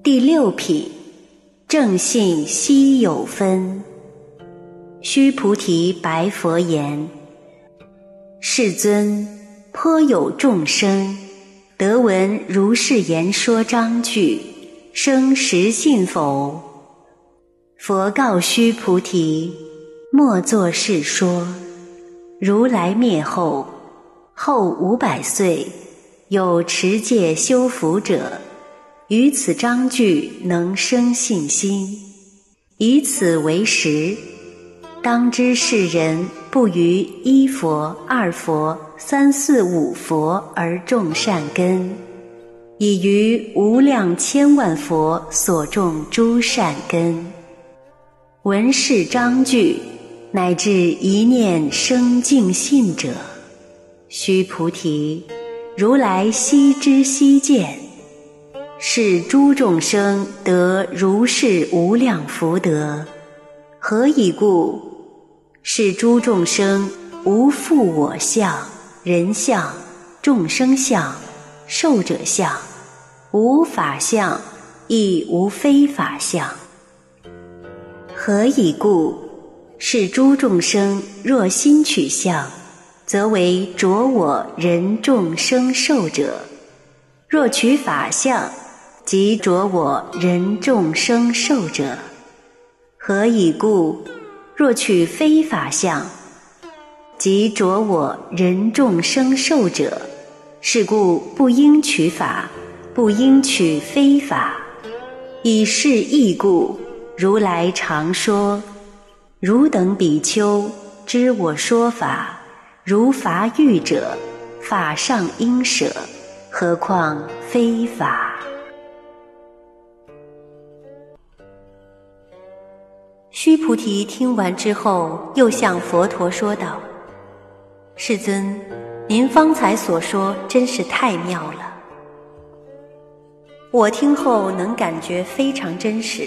第六品，正信悉有分。须菩提白佛言：世尊，颇有众生得闻如是言说章句，生实信否？佛告须菩提：莫作是说。如来灭后500岁，有持戒修福者，于此章句能生信心，以此为实。当知世人不于一佛、二佛、三四五佛而种善根，已于无量千万佛所种诸善根。闻是章句，乃至一念生净信者，须菩提，如来悉知悉见，是诸众生得如是无量福德。何以故？是诸众生无复我相、人相、众生相、寿者相，无法相，亦无非法相。何以故？是诸众生若心取相，则为着我人众生寿者；若取法相，即着我人众生寿者。何以故？若取非法相，即着我人众生寿者。是故不应取法，不应取非法。以是义故，如来常说：汝等比丘知我说法，如法欲者，法上应舍，何况非法。须菩提听完之后，又向佛陀说道：世尊，您方才所说真是太妙了，我听后能感觉非常真实。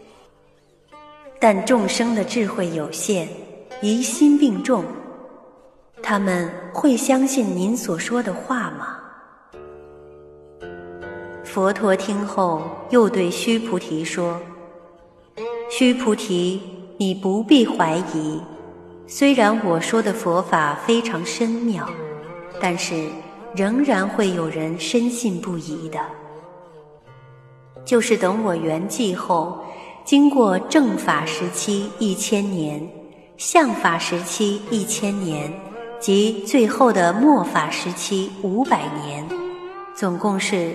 但众生的智慧有限，疑心病重，他们会相信您所说的话吗？佛陀听后又对须菩提说：须菩提，你不必怀疑，虽然我说的佛法非常深妙，但是仍然会有人深信不疑的。就是等我圆寂后，经过正法时期1000年，相法时期1000年，及最后的末法时期500年，总共是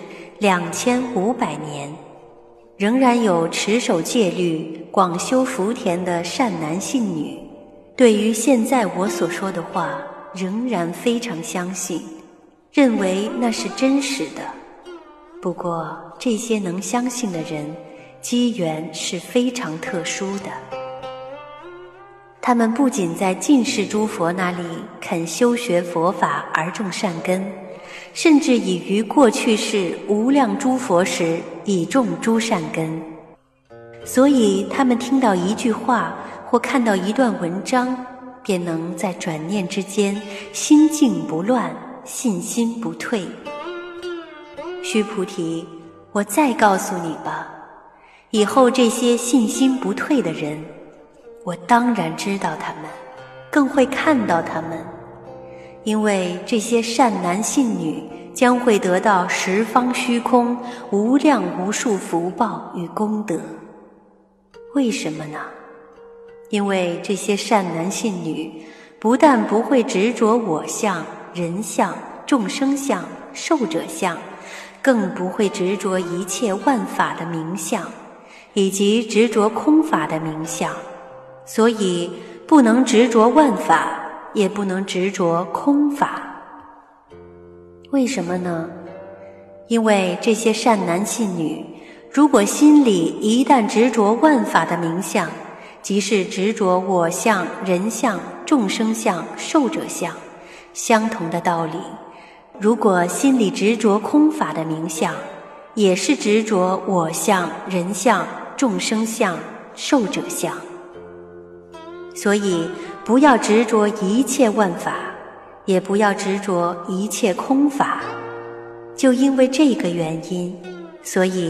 2500年，仍然有持守戒律、广修福田的善男信女，对于现在我所说的话，仍然非常相信，认为那是真实的。不过，这些能相信的人，机缘是非常特殊的。他们不仅在近世诸佛那里肯修学佛法而种善根，甚至已于过去世无量诸佛时已种诸善根。所以他们听到一句话或看到一段文章，便能在转念之间心静不乱，信心不退。须菩提，我再告诉你吧，以后这些信心不退的人，我当然知道他们，更会看到他们，因为这些善男信女将会得到十方虚空无量无数福报与功德。为什么呢？因为这些善男信女不但不会执着我相、人相、众生相、寿者相，更不会执着一切万法的名相，以及执着空法的名相，所以不能执着万法，也不能执着空法。为什么呢？因为这些善男信女，如果心里一旦执着万法的名相，即是执着我相、人相、众生相、寿者相，相同的道理，如果心里执着空法的名相，也是执着我相、人相、众生相、寿者相。所以不要执着一切万法，也不要执着一切空法。就因为这个原因，所以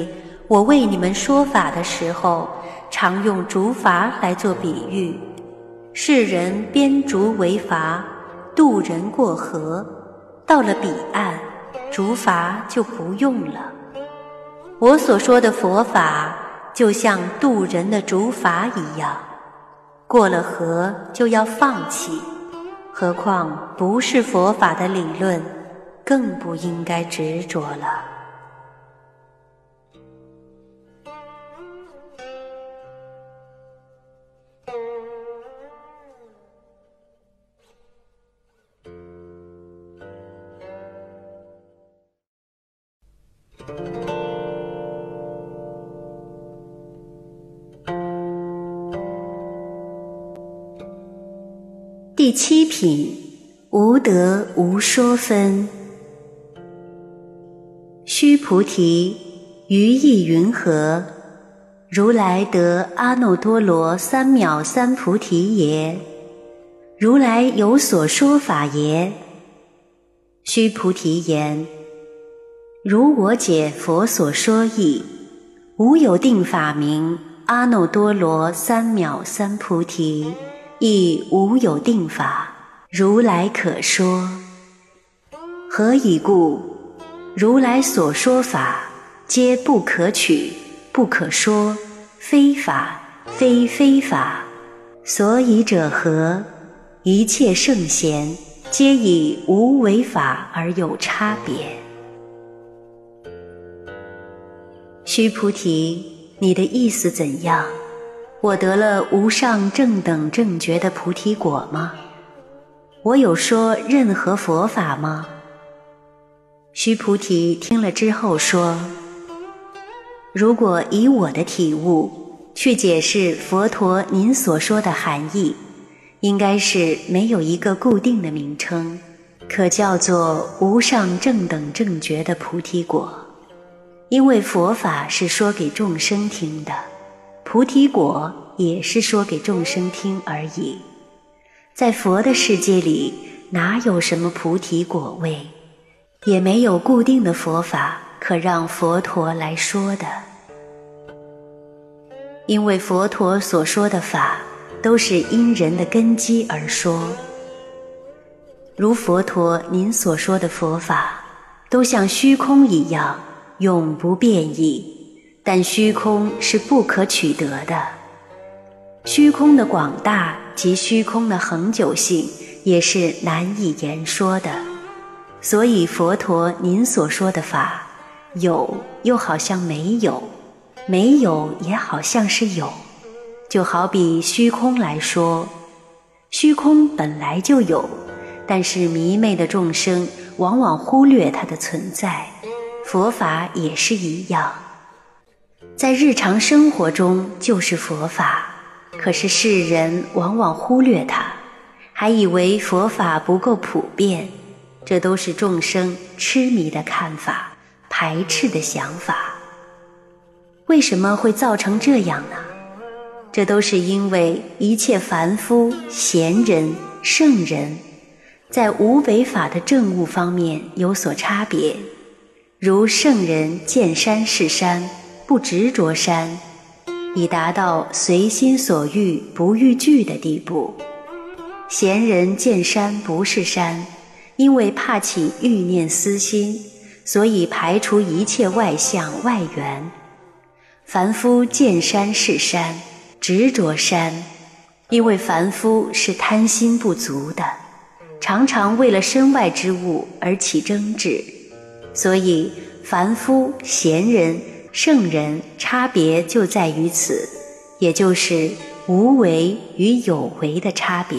我为你们说法的时候，常用竹筏来做比喻。世人编竹为筏，渡人过河，到了彼岸，竹筏就不用了。我所说的佛法，就像渡人的竹筏一样，过了河就要放弃，何况不是佛法的理论，更不应该执着了。第七品，无得无说分。须菩提，于意云何？如来得阿耨多罗三藐三菩提耶？如来有所说法耶？须菩提言：如我解佛所说义，无有定法名阿耨多罗三藐三菩提，亦无有定法，如来可说。何以故？如来所说法，皆不可取，不可说，非法，非非法。所以者何？一切圣贤，皆以无为法而有差别。须菩提，你的意思怎样？我得了无上正等正觉的菩提果吗？我有说任何佛法吗？须菩提听了之后说：如果以我的体悟去解释佛陀您所说的含义，应该是没有一个固定的名称，可叫做无上正等正觉的菩提果。因为佛法是说给众生听的，菩提果也是说给众生听而已。在佛的世界里，哪有什么菩提果位，也没有固定的佛法可让佛陀来说的。因为佛陀所说的法都是因人的根基而说，如佛陀您所说的佛法，都像虚空一样永不变异，但虚空是不可取得的。虚空的广大及虚空的恒久性也是难以言说的，所以佛陀您所说的法，有又好像没有，没有也好像是有。就好比虚空来说，虚空本来就有，但是迷昧的众生往往忽略它的存在，佛法也是一样。在日常生活中就是佛法，可是世人往往忽略它，还以为佛法不够普遍，这都是众生痴迷的看法，排斥的想法。为什么会造成这样呢？这都是因为一切凡夫、贤人、圣人在无为法的证悟方面有所差别。如圣人见山是山，不执着山，以达到随心所欲不逾矩的地步。贤人见山不是山，因为怕起欲念私心，所以排除一切外相外缘。凡夫见山是山，执着山，因为凡夫是贪心不足的，常常为了身外之物而起争执，所以凡夫、贤人、圣人差别就在于此，也就是无为与有为的差别。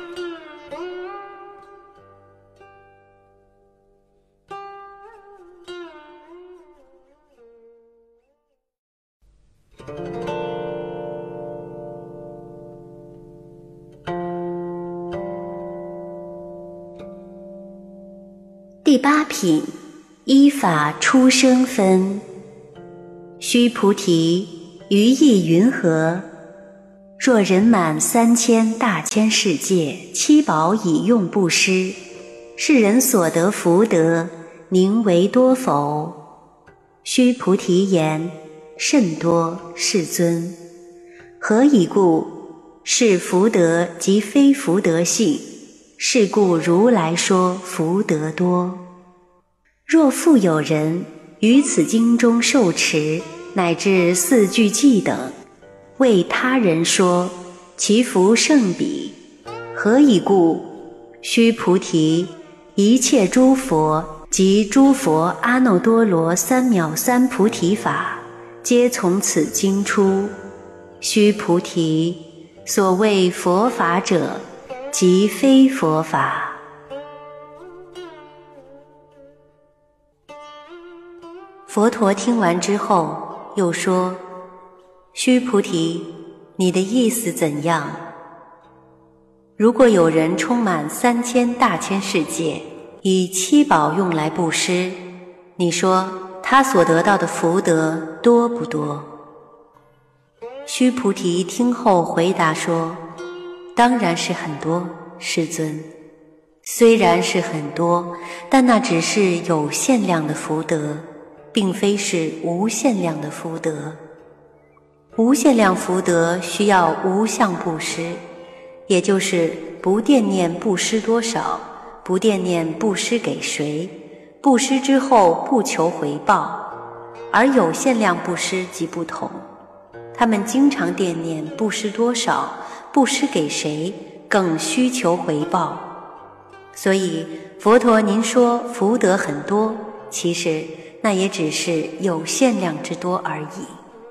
第八品，依法出生分。须菩提，于意云何？若人满3000大千世界，七宝以用布施，是人所得福德，宁为多否？须菩提言： 甚多，世尊。何以故？是福德即非福德系，是故如来说福德多。若复有人于此经中受持，乃至四句偈等，为他人说，其福胜彼。何以故？须菩提，一切诸佛及诸佛阿耨多罗三藐三菩提法，皆从此经出。须菩提，所谓佛法者，即非佛法。佛陀听完之后，又说：须菩提，你的意思怎样？如果有人充满3000大千世界，以七宝用来布施，你说他所得到的福德多不多？须菩提听后回答说：当然是很多，世尊。虽然是很多，但那只是有限量的福德，并非是无限量的福德。无限量福德需要无相布施，也就是不惦念布施多少，不惦念布施给谁，布施之后不求回报。而有限量布施即不同，他们经常惦念布施多少，布施给谁，更需求回报。所以佛陀您说福德很多，其实那也只是有限量之多而已。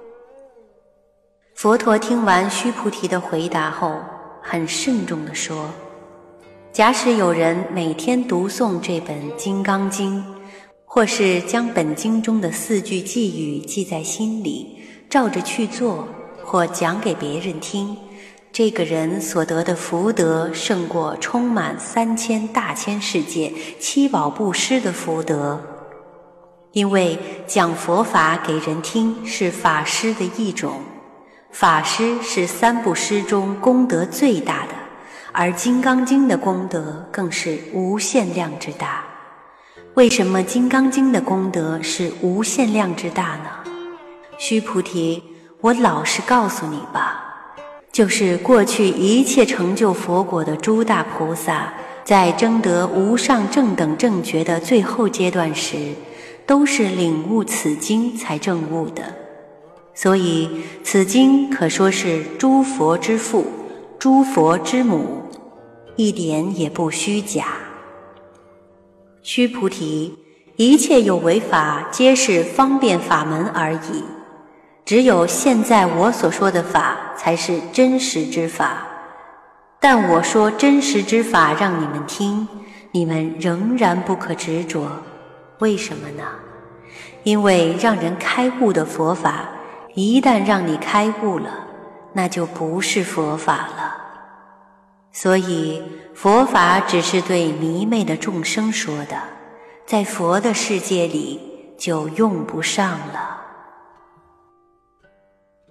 佛陀听完须菩提的回答后，很慎重地说：假使有人每天读诵这本《金刚经》，或是将本经中的4句偈语记在心里，照着去做，或讲给别人听，这个人所得的福德胜过充满3000大千世界七宝布施的福德。因为讲佛法给人听是法师的一种，法师是3布施中功德最大的，而《金刚经》的功德更是无限量之大。为什么《金刚经》的功德是无限量之大呢？须菩提，我老实告诉你吧，就是过去一切成就佛果的诸大菩萨，在争得无上正等正觉的最后阶段时，都是领悟此经才证悟的。所以此经可说是诸佛之父，诸佛之母，一点也不虚假。须菩提，一切有为法皆是方便法门而已，只有现在我所说的法才是真实之法。但我说真实之法让你们听，你们仍然不可执着。为什么呢？因为让人开悟的佛法，一旦让你开悟了，那就不是佛法了。所以佛法只是对迷昧的众生说的，在佛的世界里就用不上了。